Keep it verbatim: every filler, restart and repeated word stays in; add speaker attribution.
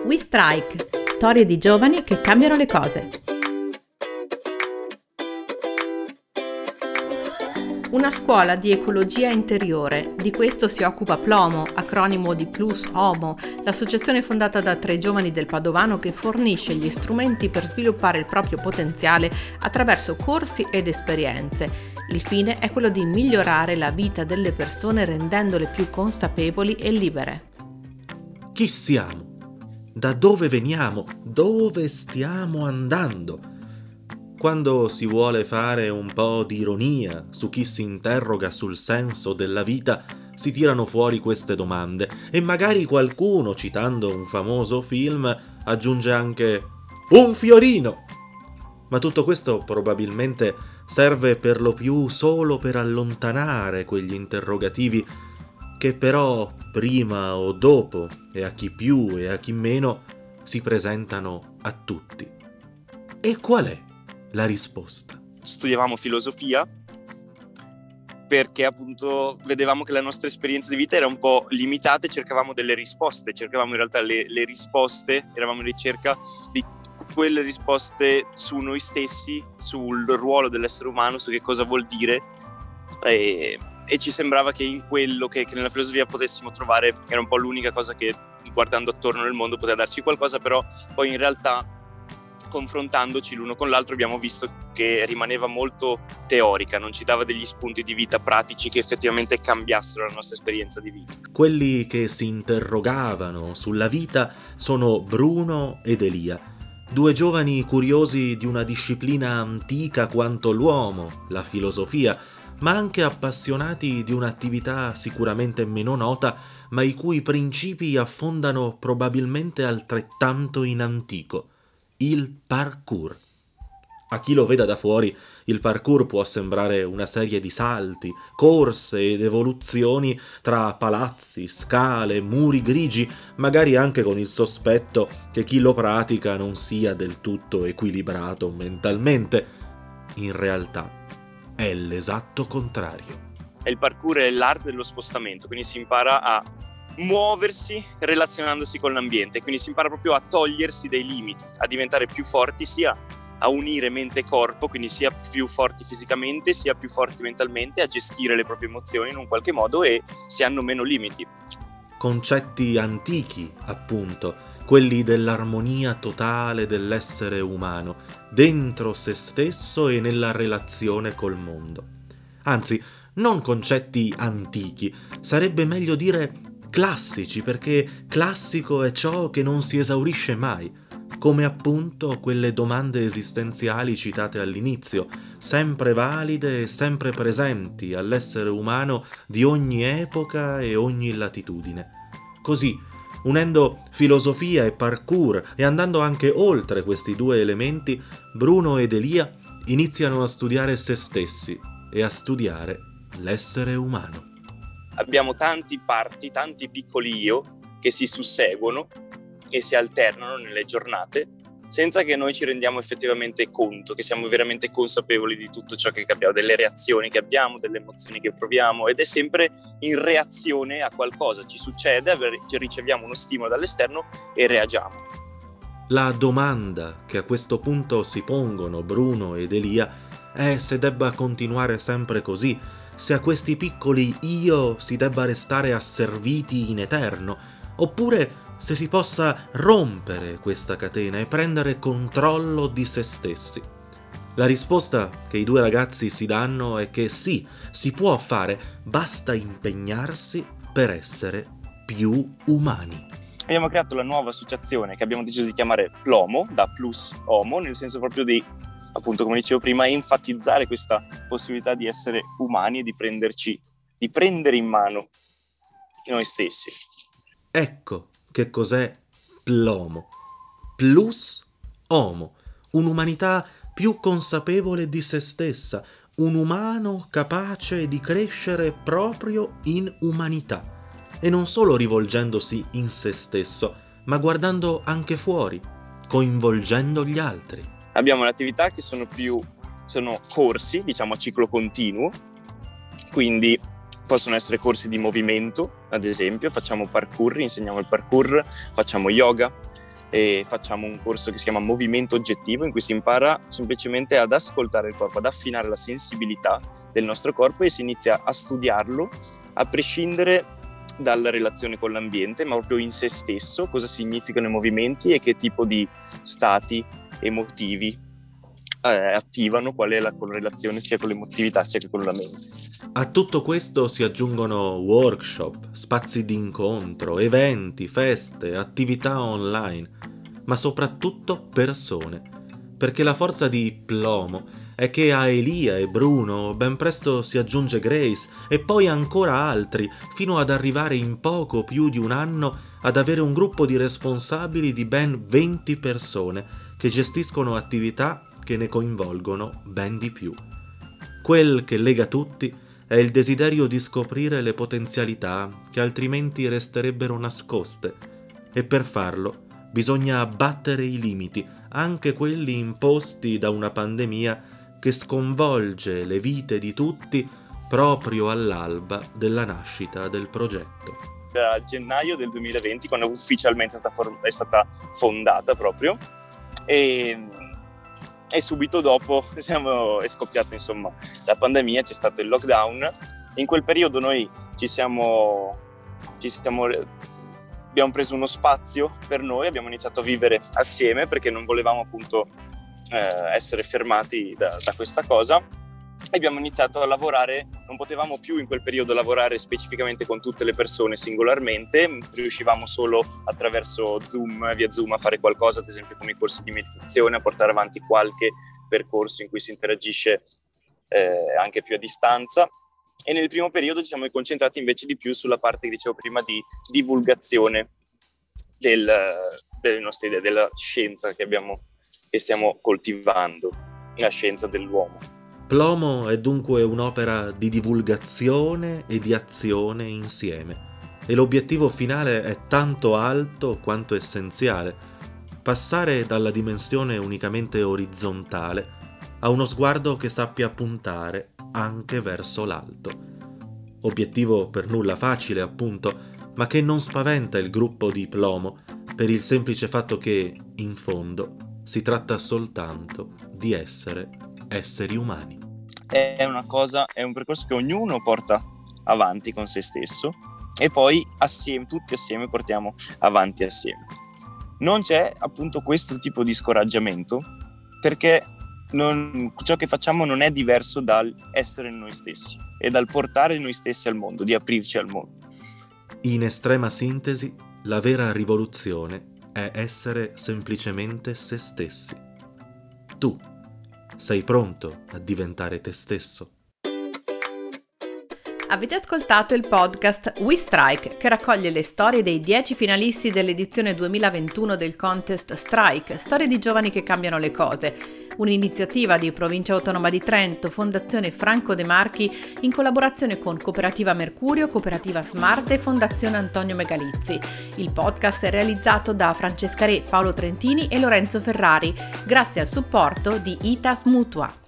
Speaker 1: We Strike, storie di giovani che cambiano le cose. Una scuola di ecologia interiore, di questo si occupa Plomo, acronimo di Plus Homo, l'associazione fondata da tre giovani del Padovano che fornisce gli strumenti per sviluppare il proprio potenziale attraverso corsi ed esperienze. Il fine è quello di migliorare la vita delle persone rendendole più consapevoli e libere.
Speaker 2: Chi siamo? Da dove veniamo? Dove stiamo andando? Quando si vuole fare un po' di ironia su chi si interroga sul senso della vita, si tirano fuori queste domande e magari qualcuno, citando un famoso film, aggiunge anche un fiorino. Ma tutto questo probabilmente serve per lo più solo per allontanare quegli interrogativi che però prima o dopo, e a chi più e a chi meno, si presentano a tutti. E qual è la risposta?
Speaker 3: Studiavamo filosofia perché appunto vedevamo che la nostra esperienza di vita era un po' limitata e cercavamo delle risposte, cercavamo in realtà le, le risposte, eravamo in ricerca di quelle risposte su noi stessi, sul ruolo dell'essere umano, su che cosa vuol dire e, e ci sembrava che in quello che, che nella filosofia potessimo trovare era un po' l'unica cosa che guardando attorno nel mondo poteva darci qualcosa, però poi in realtà confrontandoci l'uno con l'altro abbiamo visto che rimaneva molto teorica, non ci dava degli spunti di vita pratici che effettivamente cambiassero la nostra esperienza di vita.
Speaker 2: Quelli che si interrogavano sulla vita sono Bruno ed Elia, due giovani curiosi di una disciplina antica quanto l'uomo, la filosofia, ma anche appassionati di un'attività sicuramente meno nota, ma i cui principi affondano probabilmente altrettanto in antico: il parkour. A chi lo veda da fuori, il parkour può sembrare una serie di salti, corse ed evoluzioni tra palazzi, scale, muri grigi, magari anche con il sospetto che chi lo pratica non sia del tutto equilibrato mentalmente. In realtà è l'esatto contrario.
Speaker 3: Il parkour è l'arte dello spostamento, quindi si impara a muoversi relazionandosi con l'ambiente, quindi si impara proprio a togliersi dei limiti, a diventare più forti, sia a unire mente e corpo, quindi sia più forti fisicamente, sia più forti mentalmente, a gestire le proprie emozioni in un qualche modo e si hanno meno limiti.
Speaker 2: Concetti antichi, appunto, quelli dell'armonia totale dell'essere umano, dentro se stesso e nella relazione col mondo. Anzi, non concetti antichi, sarebbe meglio dire classici, perché classico è ciò che non si esaurisce mai, come appunto quelle domande esistenziali citate all'inizio, sempre valide e sempre presenti all'essere umano di ogni epoca e ogni latitudine. Così, unendo filosofia e parkour e andando anche oltre questi due elementi, Bruno ed Elia iniziano a studiare se stessi e a studiare l'essere umano.
Speaker 3: Abbiamo tanti parti, tanti piccoli io che si susseguono e si alternano nelle giornate senza che noi ci rendiamo effettivamente conto, che siamo veramente consapevoli di tutto ciò che abbiamo, delle reazioni che abbiamo, delle emozioni che proviamo, ed è sempre in reazione a qualcosa. Ci succede, riceviamo uno stimolo dall'esterno e reagiamo.
Speaker 2: La domanda che a questo punto si pongono Bruno ed Elia è se debba continuare sempre così, se a questi piccoli io si debba restare asserviti in eterno, oppure se si possa rompere questa catena e prendere controllo di se stessi. La risposta che i due ragazzi si danno è che sì, si può fare, basta impegnarsi per essere più umani.
Speaker 3: Abbiamo creato la nuova associazione che abbiamo deciso di chiamare Plomo, da Plus Homo, nel senso proprio di, appunto come dicevo prima, enfatizzare questa possibilità di essere umani e di prenderci, di prendere in mano noi stessi.
Speaker 2: Ecco che cos'è Plomo. Plus Homo, un'umanità più consapevole di se stessa, un umano capace di crescere proprio in umanità, e non solo rivolgendosi in se stesso, ma guardando anche fuori, coinvolgendo gli altri.
Speaker 3: Abbiamo le attività che sono più sono corsi, diciamo a ciclo continuo, quindi possono essere corsi di movimento, ad esempio, facciamo parkour, insegniamo il parkour, facciamo yoga, e facciamo un corso che si chiama Movimento Oggettivo, in cui si impara semplicemente ad ascoltare il corpo, ad affinare la sensibilità del nostro corpo e si inizia a studiarlo a prescindere dalla relazione con l'ambiente, ma proprio in se stesso, cosa significano i movimenti e che tipo di stati emotivi eh, attivano, qual è la correlazione sia con l'emotività sia che con la mente.
Speaker 2: A tutto questo si aggiungono workshop, spazi di incontro, eventi, feste, attività online, ma soprattutto persone, perché la forza di Plomo è che a Elia e Bruno ben presto si aggiunge Grace e poi ancora altri, fino ad arrivare in poco più di un anno ad avere un gruppo di responsabili di ben venti persone che gestiscono attività che ne coinvolgono ben di più. Quel che lega tutti è il desiderio di scoprire le potenzialità che altrimenti resterebbero nascoste, e per farlo bisogna abbattere i limiti, anche quelli imposti da una pandemia che sconvolge le vite di tutti proprio all'alba della nascita del progetto.
Speaker 3: A gennaio del duemilaventi, quando ufficialmente è stata, for- è stata fondata proprio, e, e subito dopo siamo, è scoppiata insomma la pandemia, c'è stato il lockdown. In quel periodo noi ci siamo, ci siamo abbiamo preso uno spazio per noi, abbiamo iniziato a vivere assieme perché non volevamo appunto eh, essere fermati da, da questa cosa, e abbiamo iniziato a lavorare. Non potevamo più in quel periodo lavorare specificamente con tutte le persone singolarmente, riuscivamo solo attraverso Zoom, via Zoom, a fare qualcosa, ad esempio come i corsi di meditazione, a portare avanti qualche percorso in cui si interagisce eh, anche più a distanza. E nel primo periodo ci siamo concentrati invece di più sulla parte che dicevo prima di divulgazione del, delle nostre idee, della scienza che abbiamo e stiamo coltivando, la scienza dell'uomo.
Speaker 2: Plomo è dunque un'opera di divulgazione e di azione insieme, e l'obiettivo finale è tanto alto quanto essenziale: passare dalla dimensione unicamente orizzontale a uno sguardo che sappia puntare anche verso l'alto. Obiettivo per nulla facile, appunto, ma che non spaventa il gruppo di Plomo per il semplice fatto che, in fondo, si tratta soltanto di essere esseri umani.
Speaker 3: È una cosa, è un percorso che ognuno porta avanti con se stesso e poi assieme, tutti assieme portiamo avanti assieme. Non c'è appunto questo tipo di scoraggiamento, perché non, ciò che facciamo non è diverso dal essere noi stessi e dal portare noi stessi al mondo, di aprirci al mondo.
Speaker 2: In estrema sintesi, la vera rivoluzione è essere semplicemente se stessi. Tu sei pronto a diventare te stesso?
Speaker 1: Avete ascoltato il podcast We Strike, che raccoglie le storie dei dieci finalisti dell'edizione duemilaventuno del contest Strike, storie di giovani che cambiano le cose. Un'iniziativa di Provincia Autonoma di Trento, Fondazione Franco De Marchi, in collaborazione con Cooperativa Mercurio, Cooperativa Smart e Fondazione Antonio Megalizzi. Il podcast è realizzato da Francesca Re, Paolo Trentini e Lorenzo Ferrari, grazie al supporto di Itas Mutua.